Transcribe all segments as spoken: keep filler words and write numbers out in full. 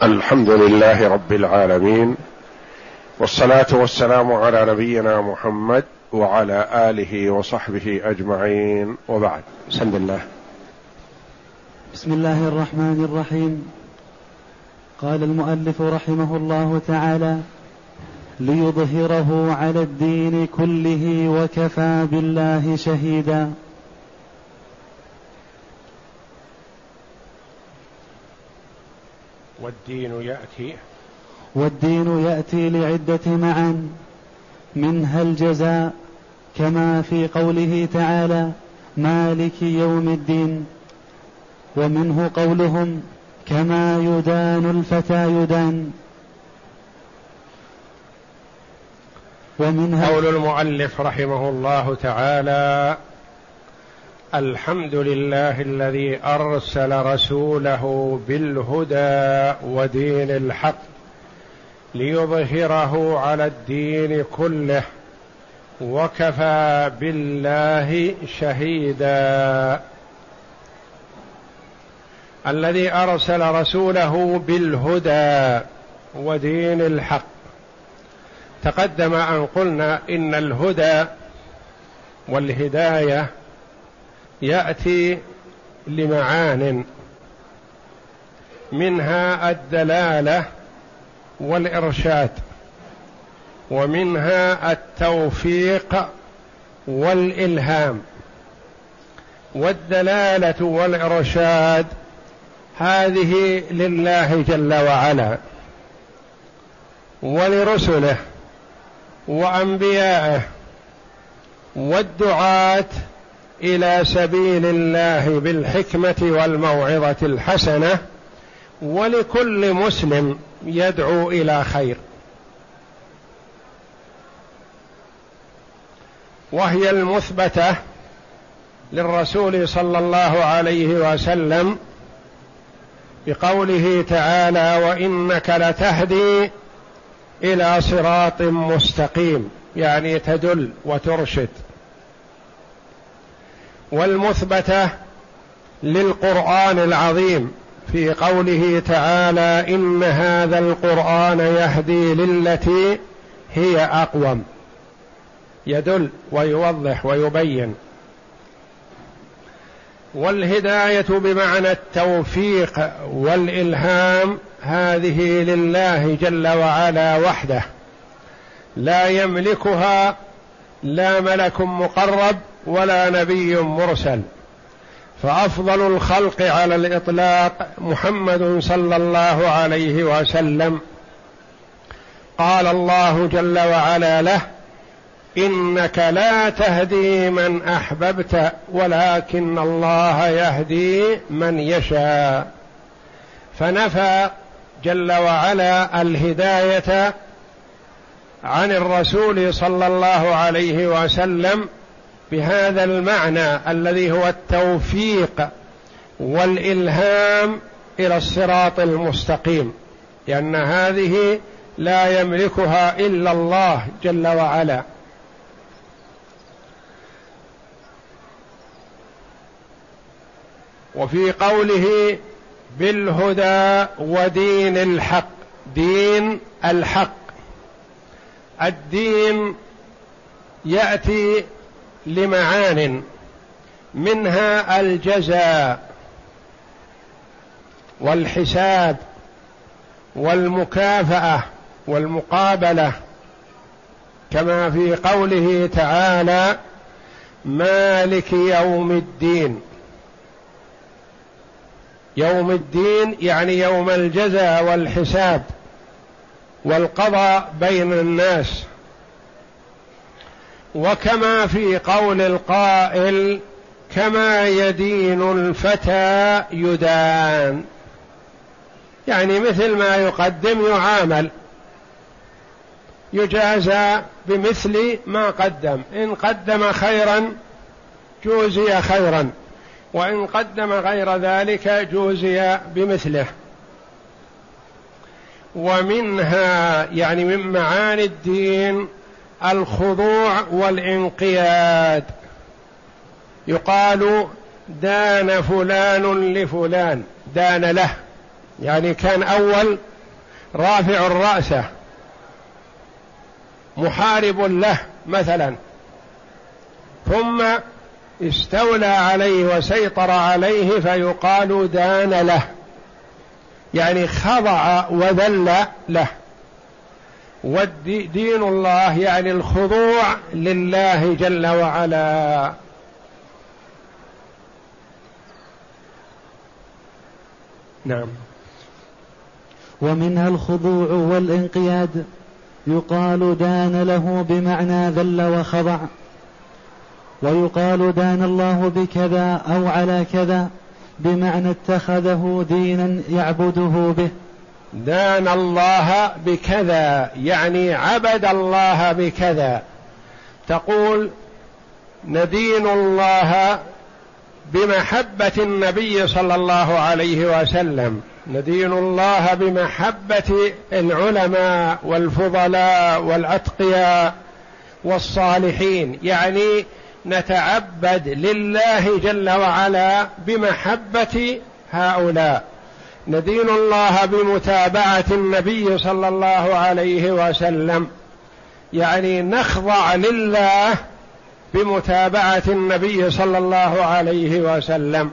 الحمد لله رب العالمين، والصلاة والسلام على نبينا محمد وعلى آله وصحبه أجمعين، وبعد. بسم الله. بسم الله الرحمن الرحيم. قال المؤلف رحمه الله تعالى: ليظهره على الدين كله وكفى بالله شهيدا. والدين يأتي والدين يأتي لعدة معان، منها الجزاء كما في قوله تعالى: مالك يوم الدين، ومنه قولهم: كما يدان الفتى يدان. ومنها قول المؤلف رحمه الله تعالى: الحمد لله الذي أرسل رسوله بالهدى ودين الحق ليظهره على الدين كله وكفى بالله شهيدا. الذي أرسل رسوله بالهدى ودين الحق. تقدم أن قلنا إن الهدى والهداية يأتي لمعان، منها الدلالة والإرشاد، ومنها التوفيق والإلهام. والدلالة والإرشاد هذه لله جل وعلا ولرسله وأنبيائه والدعاة إلى سبيل الله بالحكمة والموعظة الحسنة، ولكل مسلم يدعو إلى خير. وهي المثبتة للرسول صلى الله عليه وسلم بقوله تعالى: وإنك لتهدي إلى صراط مستقيم، يعني تدل وترشد. والمثبتة للقرآن العظيم في قوله تعالى: إن هذا القرآن يهدي للتي هي أقوم، يدل ويوضح ويبين. والهداية بمعنى التوفيق والإلهام هذه لله جل وعلا وحده، لا يملكها لا ملك مقرب ولا نبي مرسل. فأفضل الخلق على الإطلاق محمد صلى الله عليه وسلم. قال الله جل وعلا له: إنك لا تهدي من أحببت ولكن الله يهدي من يشاء. فنفى جل وعلا الهداية عن الرسول صلى الله عليه وسلم بهذا المعنى الذي هو التوفيق والإلهام إلى الصراط المستقيم، لأن هذه لا يملكها إلا الله جل وعلا. وفي قوله بالهدى ودين الحق، دين الحق، الدين يأتي لمعان، منها الجزاء والحساب والمكافأة والمقابلة، كما في قوله تعالى: مالك يوم الدين. يوم الدين يعني يوم الجزاء والحساب والقضاء بين الناس. وكما في قول القائل: كما يدين الفتى يدان، يعني مثل ما يقدم يعامل، يجازى بمثل ما قدم. إن قدم خيرا جوزي خيرا، وإن قدم غير ذلك جوزي بمثله. ومنها يعني من معاني الدين الخضوع والانقياد. يقال دان فلان لفلان، دان له، يعني كان أول رافع رأسه محارب له مثلا، ثم استولى عليه وسيطر عليه فيقال دان له، يعني خضع وذل له. والدين الله يعني الخضوع لله جل وعلا. نعم. ومنها الخضوع والانقياد، يقال دان له بمعنى ذل وخضع، ويقال دان الله بكذا أو على كذا بمعنى اتخذه دينا يعبده به. دان الله بكذا يعني عبد الله بكذا. تقول ندين الله بمحبة النبي صلى الله عليه وسلم، ندين الله بمحبة العلماء والفضلاء والأتقياء والصالحين، يعني نتعبد لله جل وعلا بمحبة هؤلاء. ندين الله بمتابعة النبي صلى الله عليه وسلم، يعني نخضع لله بمتابعة النبي صلى الله عليه وسلم.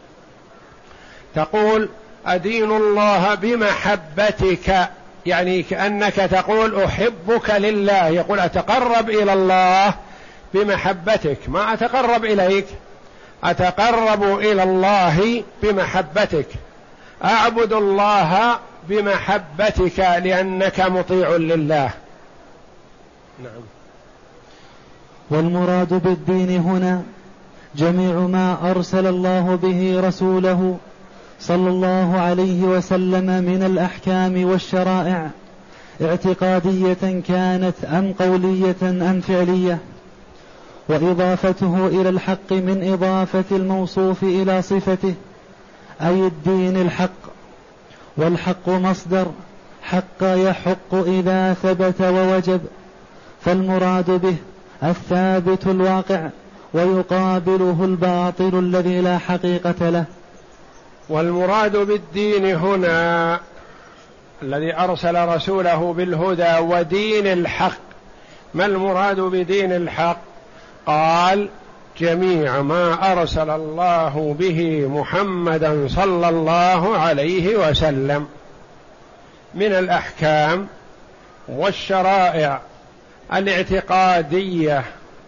تقول أدين الله بمحبتك، يعني كأنك تقول أحبك لله، يقول أتقرب إلى الله بمحبتك، ما أتقرب إليك، أتقرب إلى الله بمحبتك، أعبد الله بمحبتك لأنك مطيع لله. نعم. والمراد بالدين هنا جميع ما أرسل الله به رسوله صلى الله عليه وسلم من الأحكام والشرائع، اعتقادية كانت أم قولية أم فعلية، وإضافته إلى الحق من إضافة الموصوف إلى صفته، أي الدين الحق. والحق مصدر حق يحق إذا ثبت ووجب، فالمراد به الثابت الواقع، ويقابله الباطل الذي لا حقيقة له. والمراد بالدين هنا الذي أرسل رسوله بالهدى ودين الحق. ما المراد بدين الحق؟ قال جميع ما أرسل الله به محمدا صلى الله عليه وسلم من الأحكام والشرائع الاعتقادية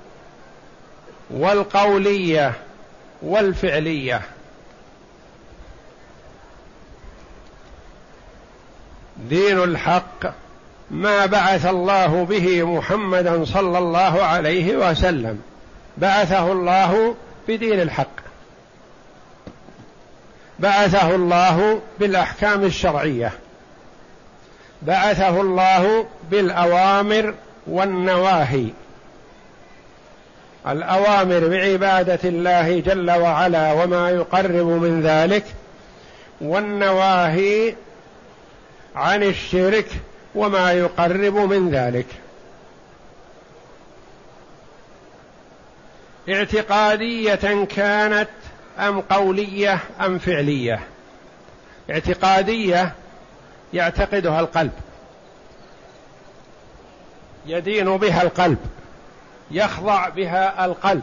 والقولية والفعلية. دين الحق ما بعث الله به محمدا صلى الله عليه وسلم، بعثه الله بدين الحق، بعثه الله بالأحكام الشرعية، بعثه الله بالأوامر والنواهي. الأوامر بعبادة الله جل وعلا وما يقرب من ذلك، والنواهي عن الشرك وما يقرب من ذلك. اعتقادية كانت أم قولية أم فعلية؟ اعتقادية يعتقدها القلب، يدين بها القلب، يخضع بها القلب،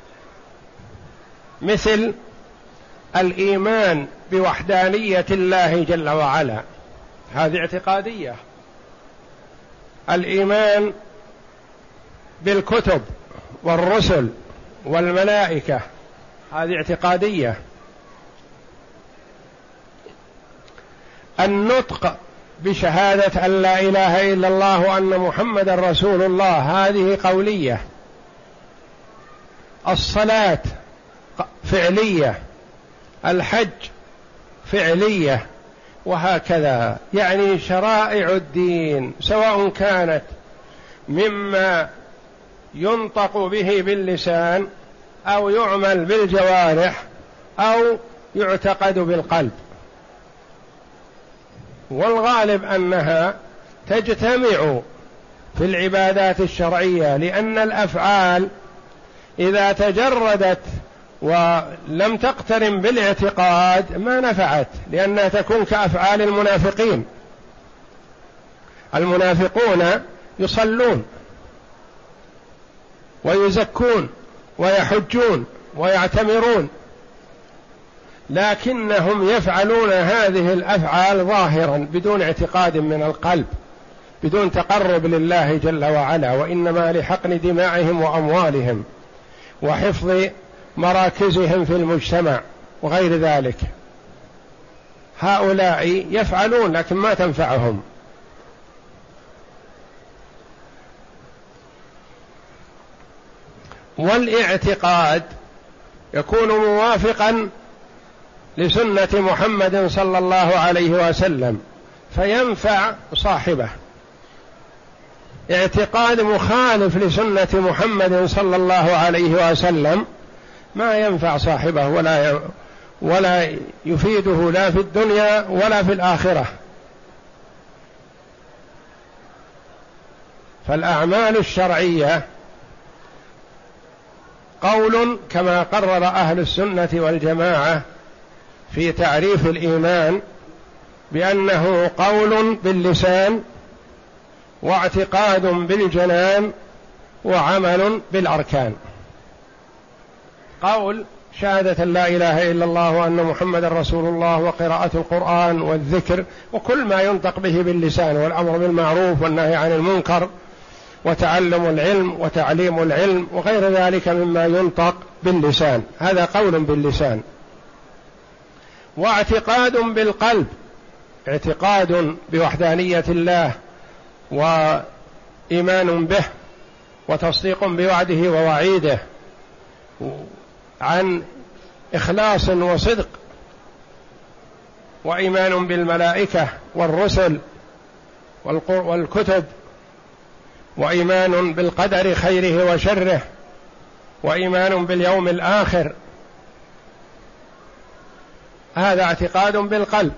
مثل الإيمان بوحدانية الله جل وعلا، هذه اعتقادية. الإيمان بالكتب والرسل والملائكة، هذه اعتقادية. النطق بشهادة أن لا إله إلا الله وأن محمدا رسول الله، هذه قولية. الصلاة فعلية، الحج فعلية، وهكذا. يعني شرائع الدين سواء كانت مما ينطق به باللسان أو يعمل بالجوارح أو يعتقد بالقلب، والغالب أنها تجتمع في العبادات الشرعية، لأن الأفعال إذا تجردت ولم تقترن بالاعتقاد ما نفعت، لأنها تكون كأفعال المنافقين. المنافقون يصلون ويزكون ويحجون ويعتمرون، لكنهم يفعلون هذه الأفعال ظاهرا بدون اعتقاد من القلب، بدون تقرب لله جل وعلا، وإنما لحقن دماءهم وأموالهم وحفظ مراكزهم في المجتمع وغير ذلك. هؤلاء يفعلون لكن ما تنفعهم. والاعتقاد يكون موافقا لسنة محمد صلى الله عليه وسلم فينفع صاحبه، اعتقاد مخالف لسنة محمد صلى الله عليه وسلم ما ينفع صاحبه ولا ولا يفيده لا في الدنيا ولا في الآخرة. فالأعمال الشرعية قول كما قرر أهل السنة والجماعة في تعريف الإيمان بأنه قول باللسان واعتقاد بالجنان وعمل بالأركان. قول شهادة لا إله إلا الله وأن محمد رسول الله وقراءة القرآن والذكر وكل ما ينطق به باللسان، والأمر بالمعروف والنهي عن المنكر وتعلم العلم وتعليم العلم وغير ذلك مما ينطق باللسان، هذا قول باللسان. واعتقاد بالقلب، اعتقاد بوحدانية الله وإيمان به وتصديق بوعده ووعيده عن إخلاص وصدق، وإيمان بالملائكة والرسل والكتب، وإيمان بالقدر خيره وشره، وإيمان باليوم الآخر. هذا اعتقاد بالقلب.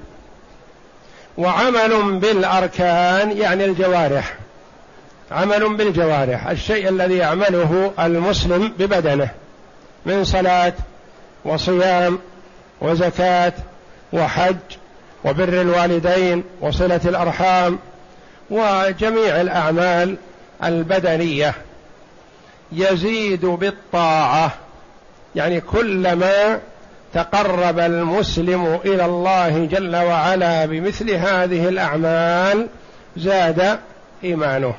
وعمل بالأركان يعني الجوارح، عمل بالجوارح، الشيء الذي يعمله المسلم ببدنه من صلاة وصيام وزكاة وحج وبر الوالدين وصلة الأرحام وجميع الأعمال البدنية. يزيد بالطاعة، يعني كلما تقرب المسلم إلى الله جل وعلا بمثل هذه الأعمال زاد إيمانه.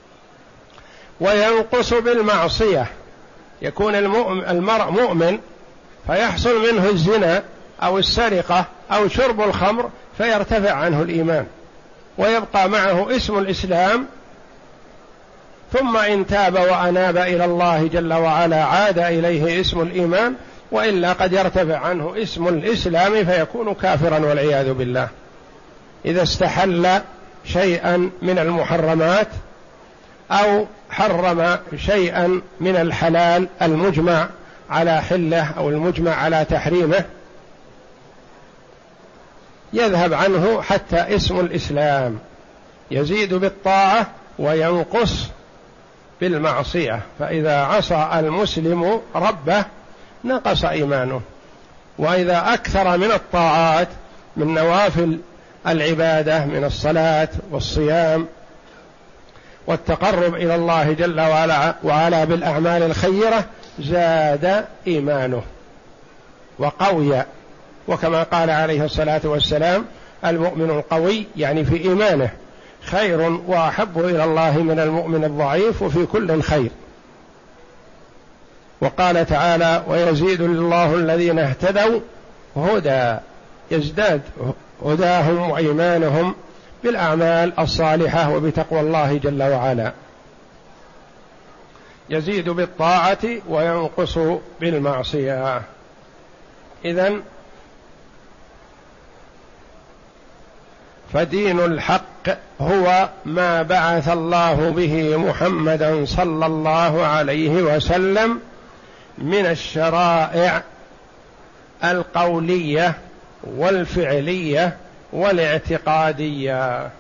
وينقص بالمعصية، يكون المرء مؤمن فيحصل منه الزنا أو السرقة أو شرب الخمر فيرتفع عنه الإيمان ويبقى معه اسم الإسلام، ثم إن تاب وأناب إلى الله جل وعلا عاد إليه اسم الإيمان، وإلا قد يرتفع عنه اسم الإسلام فيكون كافرا والعياذ بالله. إذا استحل شيئا من المحرمات أو حرم شيئا من الحلال المجمع على حله أو المجمع على تحريمه يذهب عنه حتى اسم الإسلام. يزيد بالطاعة وينقص بالمعصية، فإذا عصى المسلم ربه نقص إيمانه. وإذا أكثر من الطاعات من نوافل العبادة من الصلاة والصيام والتقرب إلى الله جل وعلا وعلا بالأعمال الخيرة زاد إيمانه وقوي. وكما قال عليه الصلاة والسلام: المؤمن القوي يعني في إيمانه خير وأحب إلى الله من المؤمن الضعيف وفي كل خير. وقال تعالى: ويزيد الله الذين اهتدوا هدى، يزداد هداهم وإيمانهم بالأعمال الصالحة وبتقوى الله جل وعلا. يزيد بالطاعة وينقص بالمعصية. إذن فدين الحق هو ما بعث الله به محمدا صلى الله عليه وسلم من الشرائع القولية والفعلية والاعتقادية.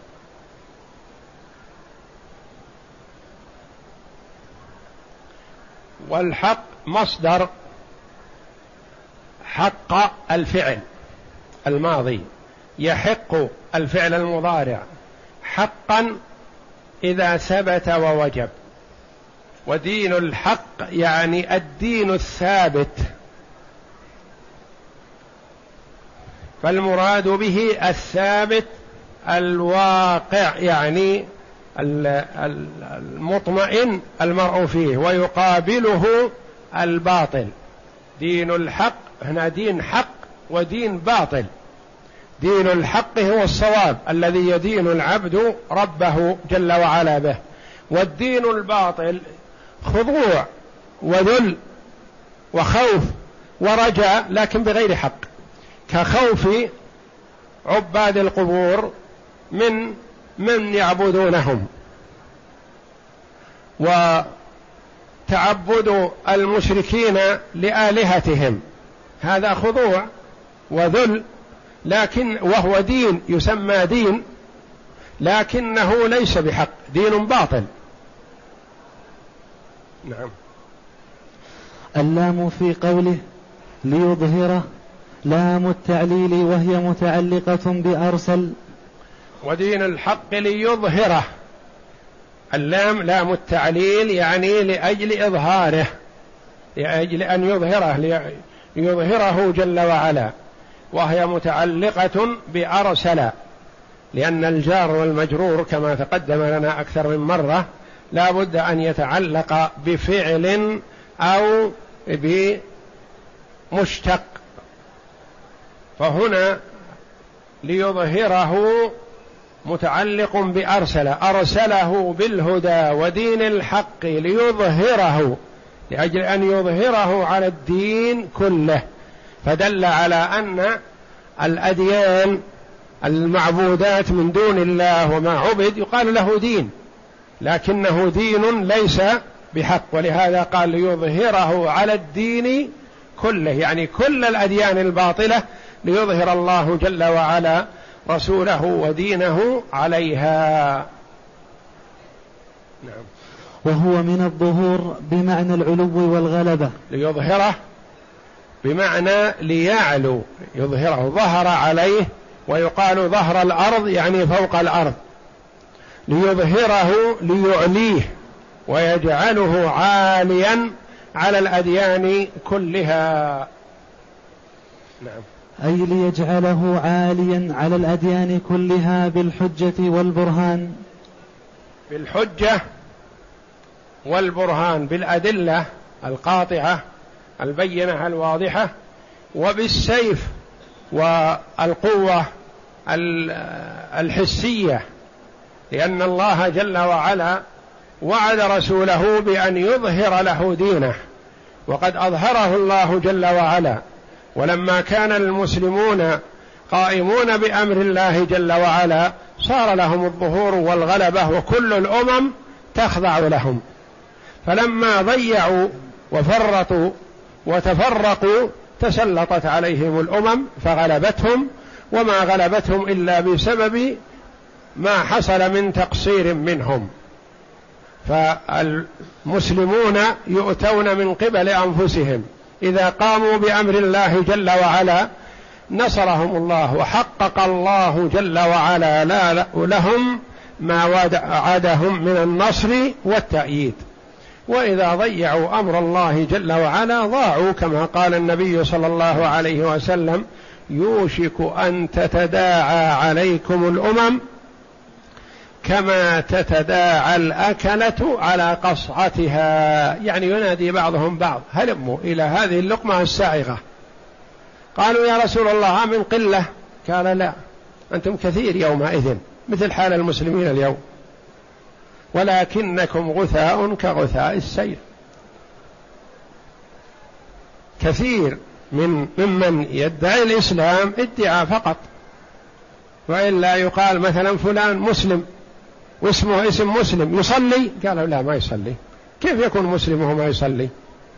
والحق مصدر حق الفعل الماضي، يحق الفعل المضارع، حقا إذا ثبت ووجب. ودين الحق يعني الدين الثابت، فالمراد به الثابت الواقع، يعني المطمئن المرء فيه، ويقابله الباطل. دين الحق هنا دين حق ودين باطل. دين الحق هو الصواب الذي يدين العبد ربه جل وعلا به، والدين الباطل خضوع وذل وخوف ورجاء لكن بغير حق، كخوف عباد القبور من من يعبدونهم، وتعبد المشركين لآلهتهم، هذا خضوع وذل، لكن وهو دين يسمى دين لكنه ليس بحق، دين باطل. نعم. اللام في قوله ليظهره لام التعليل وهي متعلقة بأرسل. ودين الحق ليظهره، اللام لام التعليل يعني لأجل إظهاره، لأجل أن يظهره، ليظهره جل وعلا، وهي متعلقة بأرسل، لأن الجار والمجرور كما تقدم لنا أكثر من مرة لا بد أن يتعلق بفعل أو بمشتق، فهنا ليظهره متعلق بأرسل، أرسله بالهدى ودين الحق ليظهره، لأجل أن يظهره على الدين كله، فدل على أن الأديان المعبودات من دون الله وما عبد يقال له دين، لكنه دين ليس بحق، ولهذا قال ليظهره على الدين كله، يعني كل الأديان الباطلة ليظهر الله جل وعلا رسوله ودينه عليها. نعم. وهو من الظهور بمعنى العلو والغلبة. ليظهره بمعنى ليعلو، يظهره ظهر عليه، ويقال ظهر الأرض يعني فوق الأرض، ليظهره ليعليه ويجعله عاليا على الأديان كلها. نعم. أي ليجعله عاليا على الأديان كلها بالحجة والبرهان. بالحجة والبرهان، بالأدلة القاطعة البينة الواضحة، وبالسيف والقوة الحسية، لأن الله جل وعلا وعد رسوله بأن يظهر له دينه، وقد أظهره الله جل وعلا. ولما كان المسلمون قائمون بأمر الله جل وعلا صار لهم الظهور والغلبة، وكل الأمم تخضع لهم. فلما ضيعوا وفرطوا وتفرقوا تسلطت عليهم الأمم فغلبتهم، وما غلبتهم إلا بسبب ما حصل من تقصير منهم. فالمسلمون يؤتون من قبل أنفسهم، إذا قاموا بأمر الله جل وعلا نصرهم الله، وحقق الله جل وعلا لهم ما وعدهم من النصر والتأييد. وإذا ضيعوا أمر الله جل وعلا ضاعوا، كما قال النبي صلى الله عليه وسلم: يوشك أن تتداعى عليكم الأمم كما تتداعى الأكلة على قصعتها، يعني ينادي بعضهم بعض: هلموا إلى هذه اللقمة السائغة. قالوا: يا رسول الله من قلة؟ قال: لا، أنتم كثير يومئذ مثل حال المسلمين اليوم، ولكنكم غثاء كغثاء السيل. كثير من ممن يدعي الإسلام ادعاء فقط، وإلا يقال مثلا فلان مسلم واسمه اسم مسلم، يصلي؟ قالوا: لا، ما يصلي. كيف يكون مسلم وهو ما يصلي؟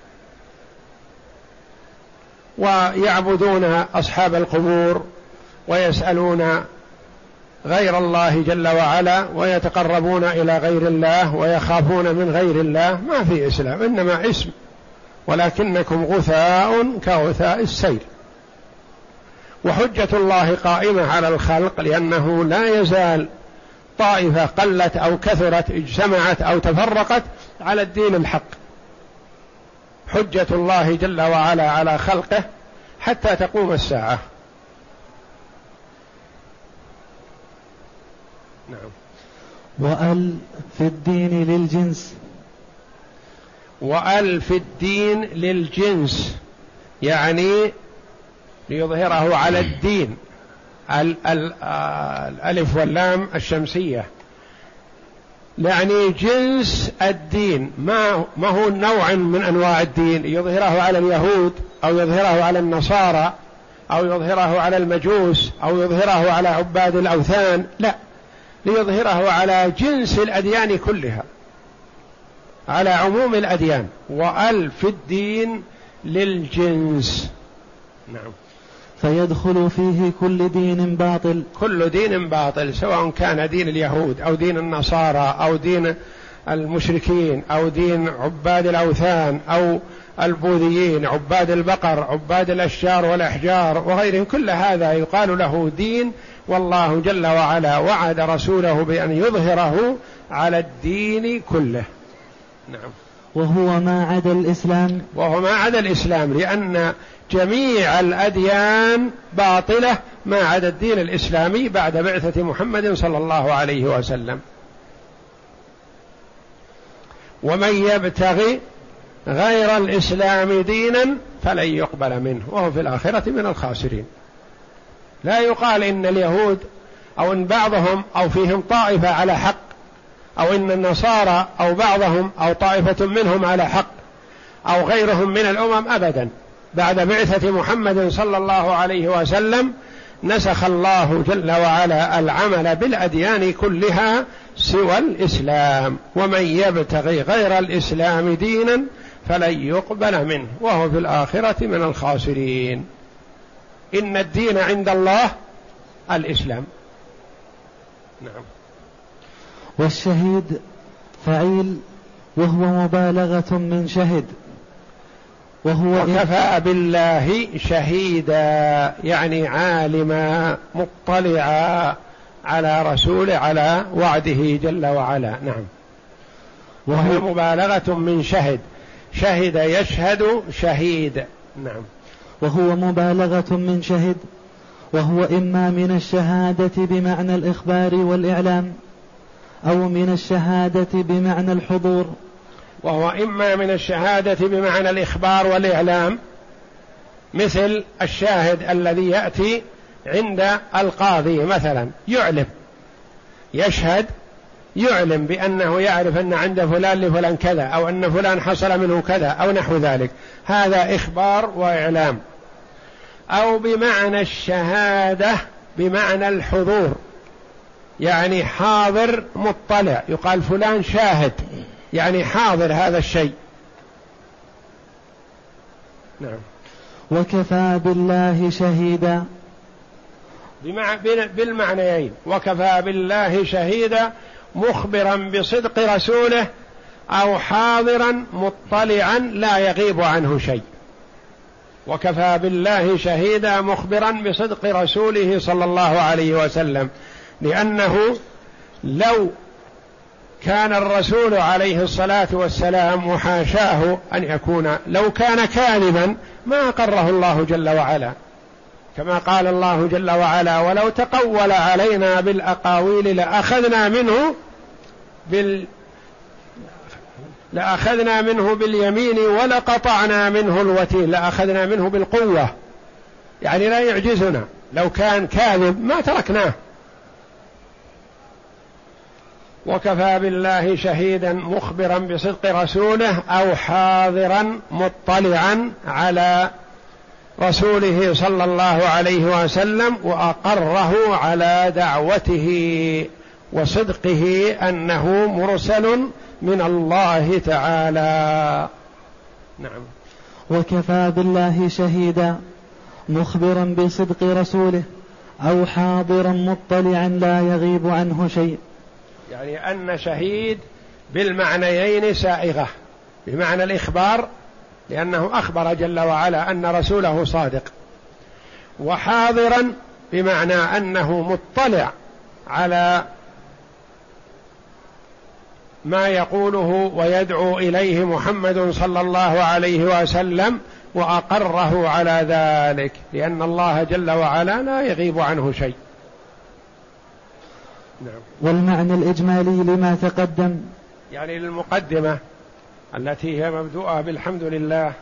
ويعبدون أصحاب القبور ويسألون غير الله جل وعلا، ويتقربون إلى غير الله ويخافون من غير الله. ما في إسلام، إنما اسم، ولكنكم غثاء كغثاء السيل. وحجة الله قائمة على الخلق، لأنه لا يزال طائفة قلت أو كثرت، اجتمعت أو تفرقت على الدين الحق. حجة الله جل وعلا على خلقه حتى تقوم الساعة. نعم. وأل في الدين للجنس. وأل في الدين للجنس يعني ليظهره على الدين. ال ال الألف واللام الشمسية يعني جنس الدين، ما ما هو نوع من أنواع الدين، يظهره على اليهود أو يظهره على النصارى أو يظهره على المجوس أو يظهره على عباد الأوثان، لا، ليظهره على جنس الأديان كلها، على عموم الأديان. وأل في الدين للجنس. نعم. فيدخل فيه كل دين باطل. كل دين باطل، سواء كان دين اليهود أو دين النصارى أو دين المشركين أو دين عباد الأوثان أو البوذيين، عباد البقر، عباد الأشجار والأحجار وغيرهم، كل هذا يقال له دين، والله جل وعلا وعد رسوله بأن يظهره على الدين كله. نعم. وهو ما عدا الإسلام. وهو ما عدا الإسلام، لأن جميع الأديان باطلة ما عدا الدين الإسلامي بعد بعثة محمد صلى الله عليه وسلم. ومن يبتغي غير الإسلام دينا فلن يقبل منه وهو في الآخرة من الخاسرين. لا يقال إن اليهود أو إن بعضهم أو فيهم طائفة على حق، أو إن النصارى أو بعضهم أو طائفة منهم على حق، أو غيرهم من الأمم، أبدا. بعد بعثة محمد صلى الله عليه وسلم نسخ الله جل وعلا العمل بالأديان كلها سوى الإسلام. ومن يبتغي غير الإسلام دينا فلن يقبل منه وهو في الآخرة من الخاسرين. إن الدين عند الله الإسلام. نعم. والشهيد فعيل وهو مبالغة من شهد، وهو وكفى بالله شهيدا يعني عالما مطلعا على رسوله على وعده جل وعلا. نعم. وهي مبالغة من شهد، شهد يشهد شهيد. نعم. وهو مبالغة من شهد، وهو إما من الشهادة بمعنى الإخبار والإعلام أو من الشهادة بمعنى الحضور. وهو إما من الشهادة بمعنى الإخبار والإعلام، مثل الشاهد الذي يأتي عند القاضي مثلا يعلم، يشهد يعلم بأنه يعرف أن عند فلان لفلان كذا، أو أن فلان حصل منه كذا أو نحو ذلك، هذا إخبار وإعلام. أو بمعنى الشهادة بمعنى الحضور، يعني حاضر مطلع، يقال فلان شاهد يعني حاضر هذا الشيء. نعم. وكفى بالله شهيدا بالمعنيين، وكفى بالله شهيدا مخبرا بصدق رسوله أو حاضرا مطلعا لا يغيب عنه شيء. وكفى بالله شهيدا مخبرا بصدق رسوله صلى الله عليه وسلم، لأنه لو كان الرسول عليه الصلاة والسلام وحاشاه أن يكون، لو كان كاذبا ما أقره الله جل وعلا، كما قال الله جل وعلا: ولو تقول علينا بالأقاويل لأخذنا منه بال لأخذنا منه باليمين ولقطعنا منه الوتين، لأخذنا منه بالقوة، يعني لا يعجزنا، لو كان كاذب ما تركناه. وكفى بالله شهيدا مخبرا بصدق رسوله أو حاضرا مطلعا على رسوله صلى الله عليه وسلم، وأقره على دعوته وصدقه أنه مرسل من الله تعالى. نعم. وكفى بالله شهيدا مخبرا بصدق رسوله أو حاضرا مطلعا لا يغيب عنه شيء، يعني أن شهيد بالمعنيين سائغة، بمعنى الإخبار لأنه أخبر جل وعلا أن رسوله صادق، وحاضرا بمعنى أنه مطلع على ما يقوله ويدعو إليه محمد صلى الله عليه وسلم وأقره على ذلك، لأن الله جل وعلا لا يغيب عنه شيء. نعم. والمعنى الإجمالي لما تقدم يعني للمقدمة التي هي مبدوءة بالحمد لله.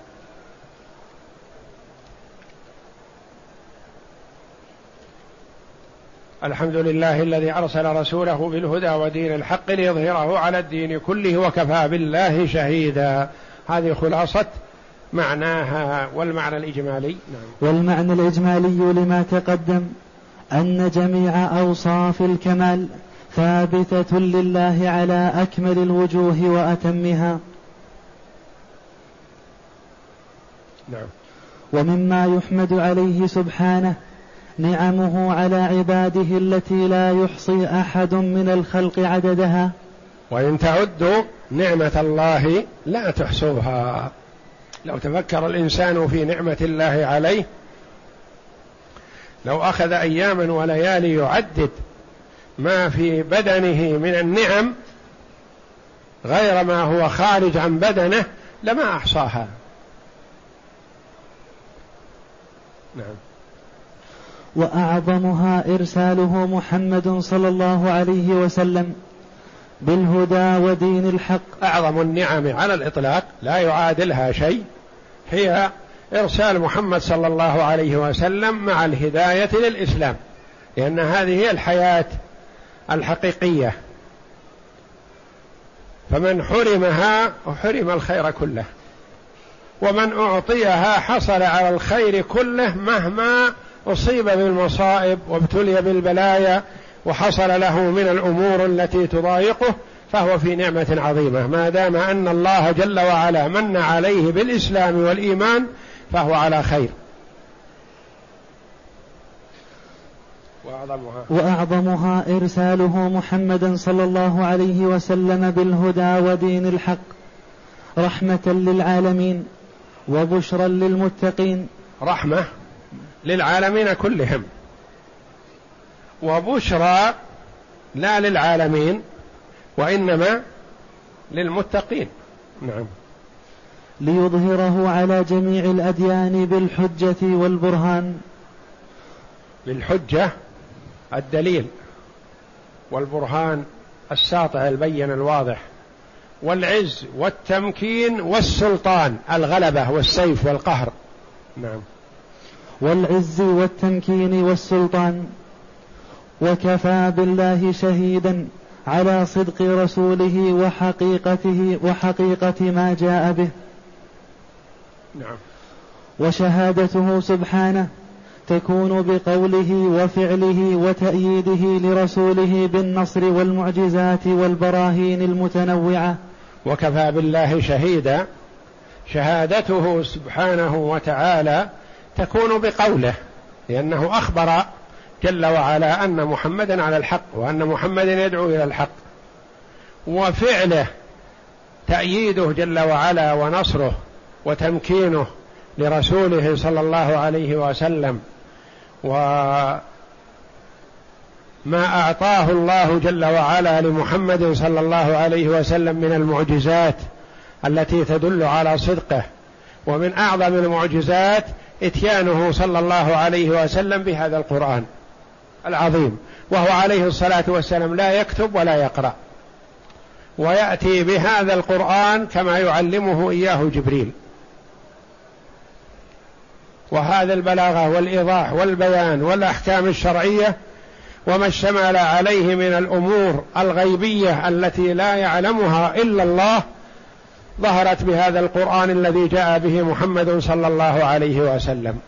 الحمد لله الذي أرسل رسوله بالهدى ودين الحق ليظهره على الدين كله وكفى بالله شهيدا. هذه خلاصة معناها. والمعنى الإجمالي نعم. والمعنى الإجمالي لما تقدم أن جميع أوصاف الكمال ثابتة لله على أكمل الوجوه وأتمها. نعم. ومما يحمد عليه سبحانه نعمه على عباده التي لا يحصي أحد من الخلق عددها، وإن تعدوا نعمة الله لا تحصوها. لو تفكر الإنسان في نعمة الله عليه، لو أخذ أياما وليالي يعدد ما في بدنه من النعم غير ما هو خارج عن بدنه لما أحصاها. نعم. وأعظمها إرساله محمد صلى الله عليه وسلم بالهدى ودين الحق. أعظم النعم على الإطلاق لا يعادلها شيء هي إرسال محمد صلى الله عليه وسلم مع الهداية للإسلام، لأن هذه هي الحياة الحقيقية، فمن حرمها حرم الخير كله، ومن أعطيها حصل على الخير كله مهما أصيب بالمصائب وابتلي بالبلايا وحصل له من الأمور التي تضايقه، فهو في نعمة عظيمة. ما دام أن الله جل وعلا من عليه بالإسلام والإيمان فهو على خير. وأعظمها, وأعظمها إرساله محمدا صلى الله عليه وسلم بالهدى ودين الحق رحمة للعالمين وبشرا للمتقين. رحمة للعالمين كلهم، وبشرى لا للعالمين وإنما للمتقين. نعم. ليظهره على جميع الأديان بالحجة والبرهان. بالحجة الدليل، والبرهان الساطع البين الواضح، والعز والتمكين والسلطان الغلبة والسيف والقهر. نعم. والعز والتمكين والسلطان. وكفى بالله شهيدا على صدق رسوله وحقيقته وحقيقة ما جاء به. نعم. وشهادته سبحانه تكون بقوله وفعله وتأييده لرسوله بالنصر والمعجزات والبراهين المتنوعة. وكفى بالله شهيدا، شهادته سبحانه وتعالى تكون بقوله، لأنه أخبر جل وعلا أن محمدا على الحق وأن محمدا يدعو إلى الحق. وفعله تأييده جل وعلا ونصره وتمكينه لرسوله صلى الله عليه وسلم، وما أعطاه الله جل وعلا لمحمد صلى الله عليه وسلم من المعجزات التي تدل على صدقه. ومن أعظم المعجزات إتيانه صلى الله عليه وسلم بهذا القرآن العظيم، وهو عليه الصلاة والسلام لا يكتب ولا يقرأ، ويأتي بهذا القرآن كما يعلمه إياه جبريل. وهذا البلاغة والإيضاح والبيان والأحكام الشرعية وما اشتمل عليه من الأمور الغيبية التي لا يعلمها إلا الله ظهرت بهذا القرآن الذي جاء به محمد صلى الله عليه وسلم.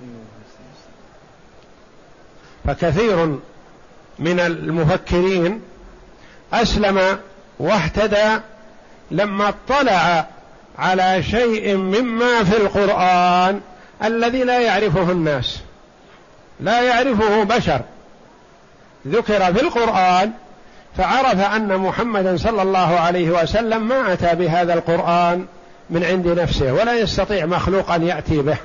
فكثير من المفكرين أسلم واهتدى لما اطلع على شيء مما في القرآن الذي لا يعرفه الناس، لا يعرفه بشر، ذكر في القرآن، فعرف أن محمدا صلى الله عليه وسلم ما أتى بهذا القرآن من عند نفسه، ولا يستطيع مخلوق أن يأتي به.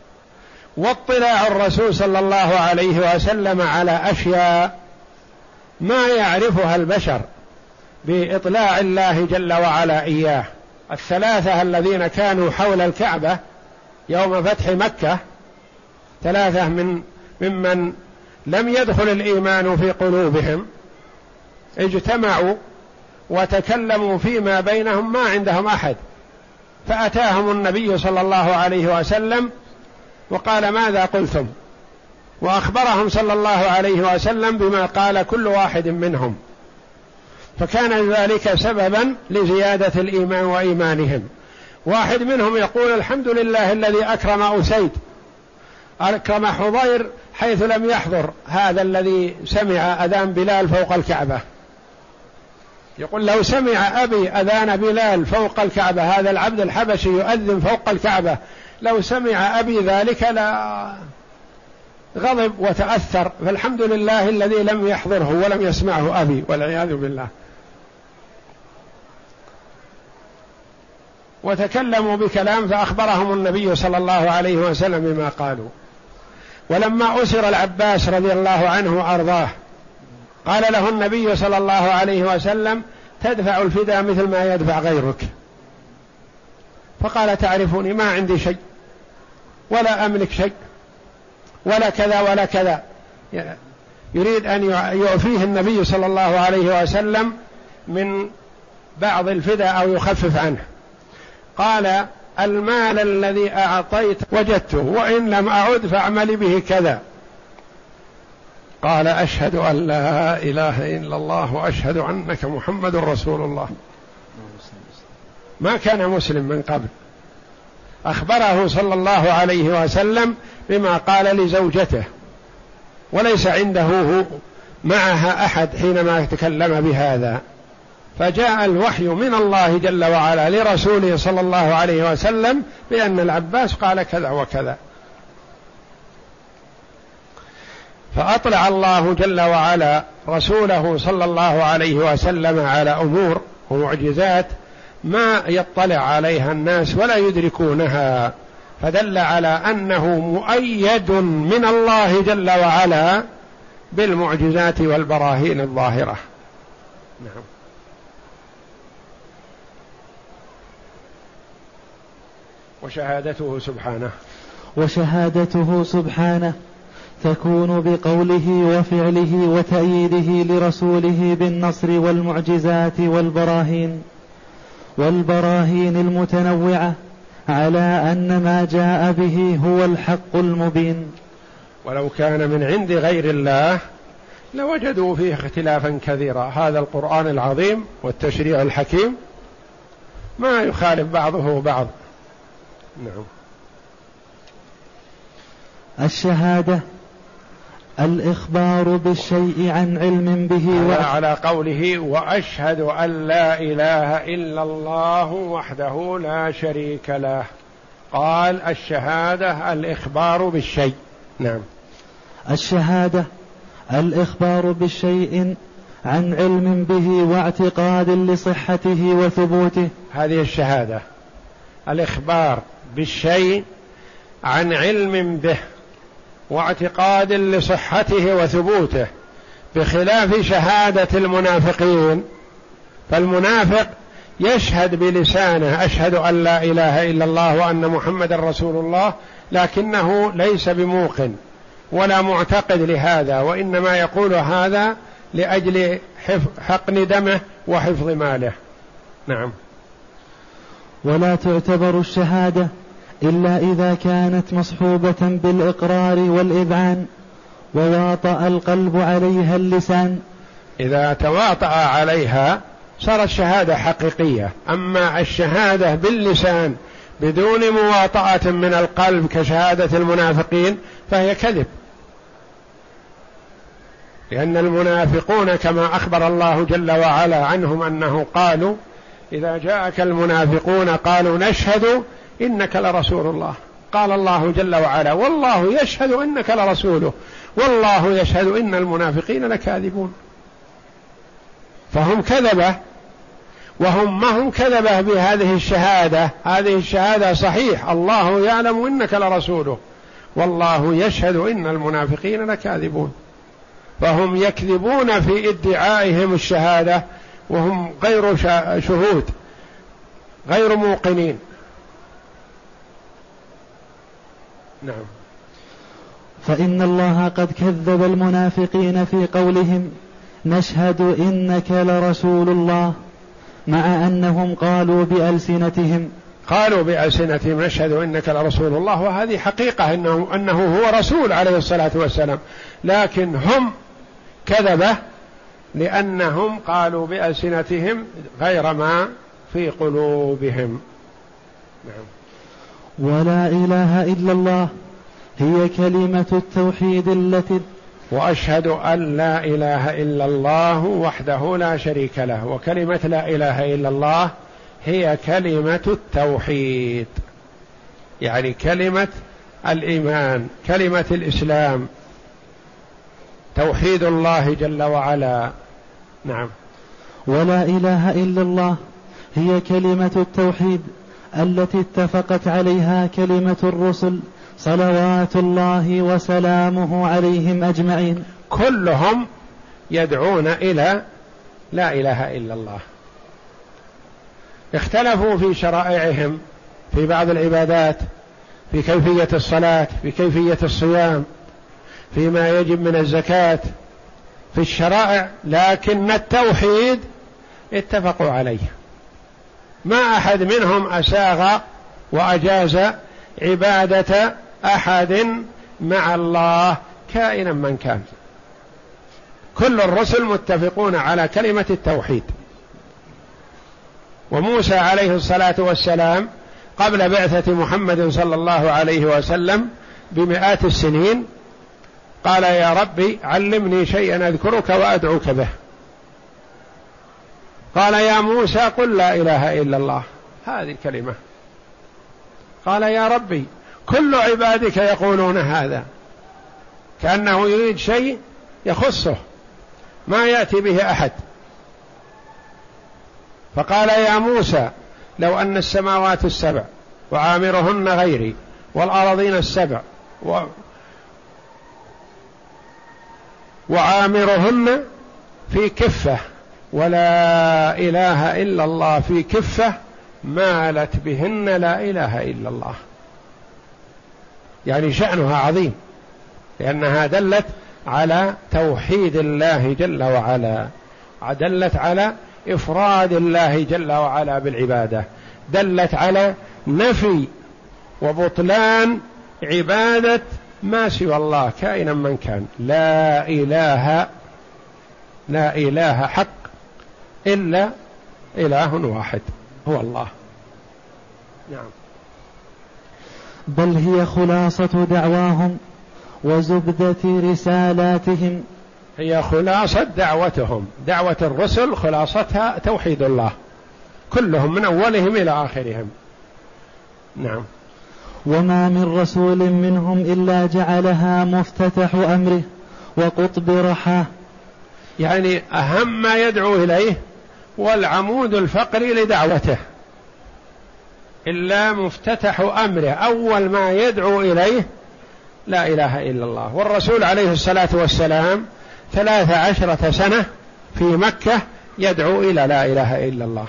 واطلاع الرسول صلى الله عليه وسلم على أشياء ما يعرفها البشر بإطلاع الله جل وعلا إياه. الثلاثة الذين كانوا حول الكعبة يوم فتح مكة، ثلاثة من ممن لم يدخل الإيمان في قلوبهم، اجتمعوا وتكلموا فيما بينهم، ما عندهم أحد، فأتاهم النبي صلى الله عليه وسلم وقال ماذا قلتم، وأخبرهم صلى الله عليه وسلم بما قال كل واحد منهم، فكان ذلك سببا لزيادة الإيمان وإيمانهم. واحد منهم يقول الحمد لله الذي أكرم أسيد، أكرم حضير حيث لم يحضر هذا الذي سمع أذان بلال فوق الكعبة. يقول لو سمع أبي أذان بلال فوق الكعبة، هذا العبد الحبشي يؤذن فوق الكعبة، لو سمع أبي ذلك لا غضب وتأثر، فالحمد لله الذي لم يحضره ولم يسمعه أبي، والعياذ بالله. وتكلموا بكلام فأخبرهم النبي صلى الله عليه وسلم بما قالوا. ولما أسر العباس رضي الله عنه وأرضاه قال له النبي صلى الله عليه وسلم تدفع الفداء مثل ما يدفع غيرك، فقال تعرفوني ما عندي شيء ولا أملك شيء ولا كذا ولا كذا، يريد أن يعفيه النبي صلى الله عليه وسلم من بعض الفداء أو يخفف عنه. قال المال الذي أعطيت وجدته، وإن لم أعد فاعمل به كذا. قال أشهد أن لا إله إلا الله وأشهد أنك محمد رسول الله. ما كان مسلم من قبل، أخبره صلى الله عليه وسلم بما قال لزوجته، وليس عنده معها أحد حينما تكلم بهذا، فجاء الوحي من الله جل وعلا لرسوله صلى الله عليه وسلم بأن العباس قال كذا وكذا. فأطلع الله جل وعلا رسوله صلى الله عليه وسلم على أمور ومعجزات ما يطلع عليها الناس ولا يدركونها، فدل على أنه مؤيد من الله جل وعلا بالمعجزات والبراهين الظاهرة. نعم. وشهادته سبحانه وشهادته سبحانه تكون بقوله وفعله وتأييده لرسوله بالنصر والمعجزات والبراهين والبراهين المتنوعة على أن ما جاء به هو الحق المبين. ولو كان من عند غير الله لوجدوا فيه اختلافا كثيرا. هذا القرآن العظيم والتشريع الحكيم ما يخالف بعضه بعض. نعم. الشهادة الإخبار بالشيء عن علم به على, على قوله وأشهد أن لا إله إلا الله وحده لا شريك له، قال الشهادة الإخبار بالشيء. نعم. الشهادة الإخبار بالشيء عن علم به واعتقاد لصحته وثبوته. هذه الشهادة الإخبار بالشيء عن علم به واعتقاد لصحته وثبوته، بخلاف شهادة المنافقين. فالمنافق يشهد بلسانه أشهد أن لا إله إلا الله وأن محمد رسول الله، لكنه ليس بموقن ولا معتقد لهذا، وإنما يقول هذا لأجل حقن دمه وحفظ ماله. نعم. ولا تعتبر الشهادة إلا إذا كانت مصحوبة بالإقرار والإذعان وواطأ القلب عليها اللسان. إذا تواطأ عليها صارت شهادة حقيقية. أما الشهادة باللسان بدون مواطأة من القلب كشهادة المنافقين فهي كذب، لأن المنافقون كما أخبر الله جل وعلا عنهم أنه قالوا إذا جاءك المنافقون قالوا نشهد إنك لرسول الله، قال الله جل وعلا والله يشهد إنك لرسوله والله يشهد إن المنافقين لكاذبون. فهم كذبة، وهم ما هم كذبة بهذه الشهادة. هذه الشهادة صحيح الله يعلم إنك لرسوله والله يشهد إن المنافقين لكاذبون، فهم يكذبون في ادعائهم الشهادة وهم غير شهود، غير موقنين. نعم. فإن الله قد كذب المنافقين في قولهم نشهد إنك لرسول الله، مع أنهم قالوا بألسنتهم قالوا بألسنتهم نشهد إنك لرسول الله، وهذه حقيقة إنه, أنه هو رسول عليه الصلاة والسلام، لكن هم كذبة لأنهم قالوا بألسنتهم غير ما في قلوبهم. نعم. ولا إله إلا الله هي كلمة التوحيد التي وأشهد أن لا إله إلا الله وحده لا شريك له. وكلمة لا إله إلا الله هي كلمة التوحيد، يعني كلمة الإيمان، كلمة الإسلام، توحيد الله جل وعلا. نعم. ولا إله إلا الله هي كلمة التوحيد التي اتفقت عليها كلمة الرسل صلوات الله وسلامه عليهم أجمعين، كلهم يدعون إلى لا إله إلا الله. اختلفوا في شرائعهم في بعض العبادات، في كيفية الصلاة، في كيفية الصيام، فيما يجب من الزكاة، في الشرائع، لكن التوحيد اتفقوا عليه. ما أحد منهم أساغ وأجاز عبادة أحد مع الله كائنا من كان. كل الرسل متفقون على كلمة التوحيد. وموسى عليه الصلاة والسلام قبل بعثة محمد صلى الله عليه وسلم بمئات السنين قال يا ربي علمني شيئا أذكرك وأدعوك به. قال يا موسى قل لا إله إلا الله، هذه الكلمة. قال يا ربي كل عبادك يقولون هذا، كأنه يريد شيء يخصه ما يأتي به أحد. فقال يا موسى لو أن السماوات السبع وعامرهن غيري والأراضين السبع و... وعامرهن في كفة ولا إله إلا الله في كفة مالت بهن لا إله إلا الله. يعني شأنها عظيم، لأنها دلت على توحيد الله جل وعلا، دلت على إفراد الله جل وعلا بالعبادة، دلت على نفي وبطلان عبادة ما سوى الله كائنا من كان. لا إله لا إله حق إلا إله واحد هو الله. نعم. بل هي خلاصة دعواهم وزبدة رسالاتهم. هي خلاصة دعوتهم، دعوة الرسل خلاصتها توحيد الله كلهم من أولهم إلى آخرهم. نعم. وما من رسول منهم إلا جعلها مفتتح أمره وقطب رحاه، يعني أهم ما يدعو إليه والعمود الفقري لدعوته، إلا مفتتح أمره، أول ما يدعو إليه لا إله إلا الله. والرسول عليه الصلاة والسلام ثلاث عشرة سنة في مكة يدعو إلى لا إله إلا الله،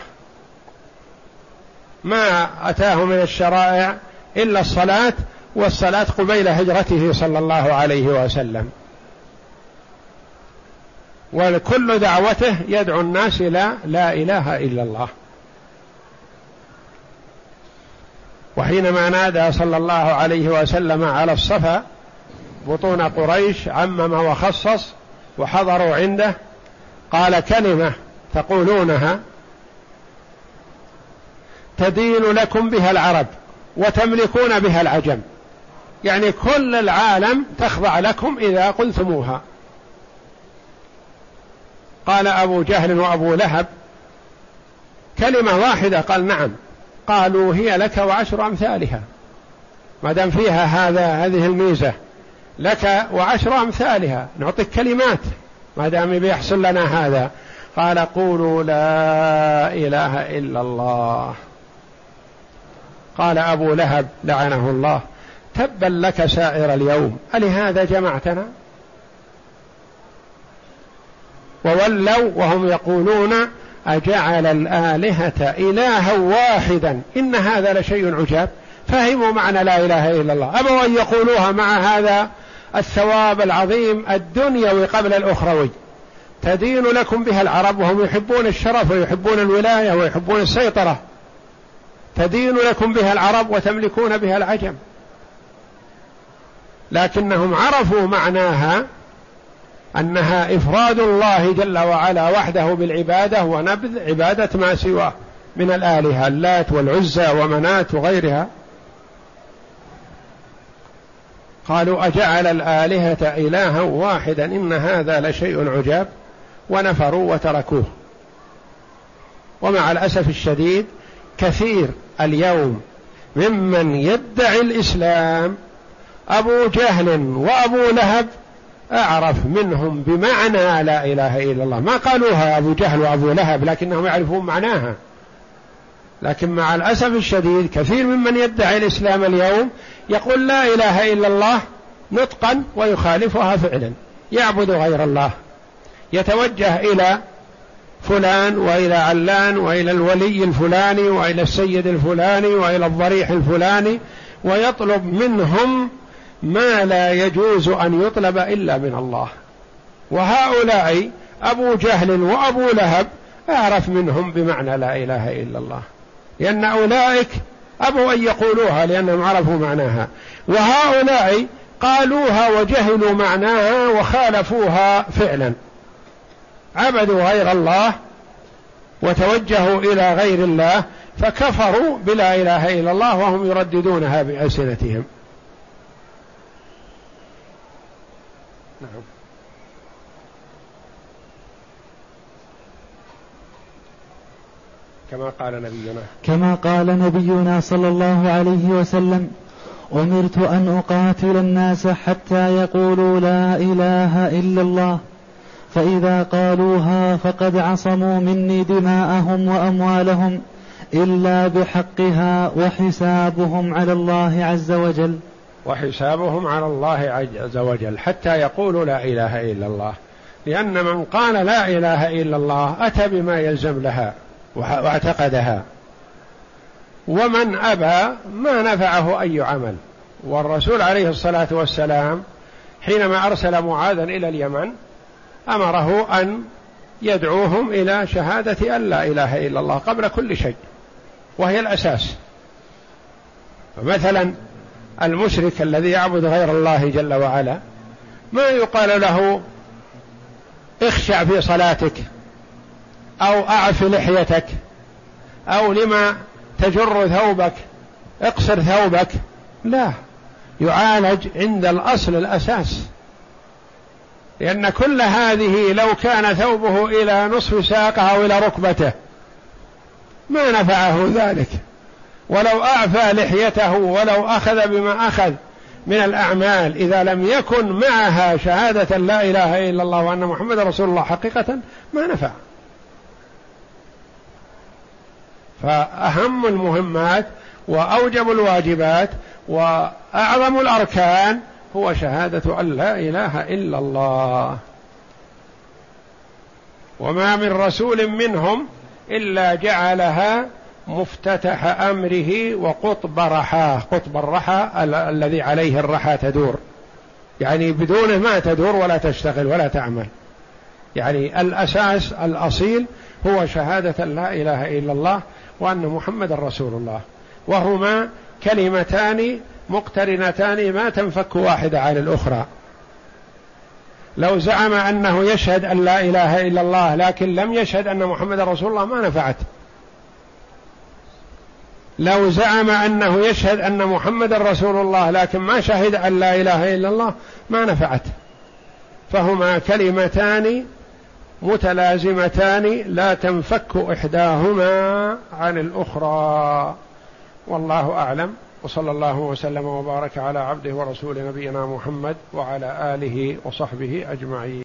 ما أتاه من الشرائع إلا الصلاة، والصلاة قبيل هجرته صلى الله عليه وسلم، وكل دعوته يدعو الناس إلى لا إله إلا الله. وحينما نادى صلى الله عليه وسلم على الصفا بطون قريش عمم وخصص وحضروا عنده، قال كلمة تقولونها تدين لكم بها العرب وتملكون بها العجم، يعني كل العالم تخضع لكم إذا قلتموها. قال أبو جهل وأبو لهب كلمة واحدة، قال نعم. قالوا هي لك وعشر أمثالها، ما دام فيها هذا هذه الميزة لك وعشر أمثالها، نعطيك كلمات ما دام بيحصل لنا هذا. قال قولوا لا إله إلا الله. قال أبو لهب لعنه الله تبا لك سائر اليوم، ألهذا جمعتنا؟ تولوا وهم يقولون أجعل الآلهة إلها واحدا إن هذا لشيء عجاب. فهموا معنى لا إله إلا الله، أبوا أن يقولوها مع هذا الثواب العظيم الدنيوي قبل الأخروي. تدين لكم بها العرب وهم يحبون الشرف ويحبون الولاية ويحبون السيطرة، تدين لكم بها العرب وتملكون بها العجم، لكنهم عرفوا معناها أنها إفراد الله جل وعلا وحده بالعبادة ونبذ عبادة ما سواه من الآلهة اللات والعزى ومنات وغيرها. قالوا أجعل الآلهة إلها واحدا إن هذا لشيء عجاب، ونفروا وتركوه. ومع الأسف الشديد كثير اليوم ممن يدعي الإسلام أبو جهل وأبو لهب أعرف منهم بمعنى لا إله إلا الله، ما قالوها أبو جهل وأبو لهب لكنهم يعرفون معناها. لكن مع الأسف الشديد كثير ممن يدعي الإسلام اليوم يقول لا إله إلا الله نطقا ويخالفها فعلا، يعبد غير الله، يتوجه إلى فلان وإلى علان وإلى الولي الفلاني وإلى السيد الفلاني وإلى الضريح الفلاني، ويطلب منهم ما لا يجوز أن يطلب إلا من الله. وهؤلاء أبو جهل وأبو لهب أعرف منهم بمعنى لا إله إلا الله، لأن أولئك أبوا أن يقولوها لأنهم عرفوا معناها، وهؤلاء قالوها وجهلوا معناها وخالفوها فعلا، عبدوا غير الله وتوجهوا إلى غير الله فكفروا بلا إله إلا الله وهم يرددونها بألسنتهم. نعم. كما قال نبينا كما قال نبينا صلى الله عليه وسلم: أمرت أن أقاتل الناس حتى يقولوا لا إله إلا الله، فإذا قالوها فقد عصموا مني دماءهم وأموالهم إلا بحقها وحسابهم على الله عز وجل. وحسابهم على الله عز وجل حتى يقولوا لا إله إلا الله، لأن من قال لا إله إلا الله أتى بما يلزم لها واعتقدها، ومن أبى ما نفعه أي عمل. والرسول عليه الصلاة والسلام حينما أرسل معاذا إلى اليمن أمره أن يدعوهم إلى شهادة أن لا إله إلا الله قبل كل شيء، وهي الأساس. فمثلا المشرك الذي يعبد غير الله جل وعلا ما يقال له اخشع في صلاتك أو أعف لحيتك أو لما تجر ثوبك اقصر ثوبك، لا، يعالج عند الأصل الأساس، لأن كل هذه لو كان ثوبه إلى نصف ساقه أو إلى ركبته ما نفعه ذلك، ولو أعفى لحيته ولو أخذ بما أخذ من الأعمال إذا لم يكن معها شهادة لا إله إلا الله وأن محمد رسول الله حقيقة ما نفع. فأهم المهمات وأوجب الواجبات وأعظم الأركان هو شهادة أن لا إله إلا الله. وما من رسول منهم إلا جعلها مفتتح أمره وقطب رحاه. قطب الرحى الذي عليه الرحى تدور، يعني بدونه ما تدور ولا تشتغل ولا تعمل. يعني الأساس الأصيل هو شهادة لا إله إلا الله وأن محمد رسول الله، وهما كلمتان مقترنتان ما تنفك واحدة عن الأخرى. لو زعم أنه يشهد أن لا إله إلا الله لكن لم يشهد أن محمد رسول الله ما نفعت. لو زعم أنه يشهد أن محمد رسول الله لكن ما شهد أن لا إله إلا الله ما نفعت. فهما كلمتان متلازمتان لا تنفك إحداهما عن الأخرى. والله أعلم، وصلى الله وسلم وبارك على عبده ورسوله نبينا محمد وعلى آله وصحبه أجمعين.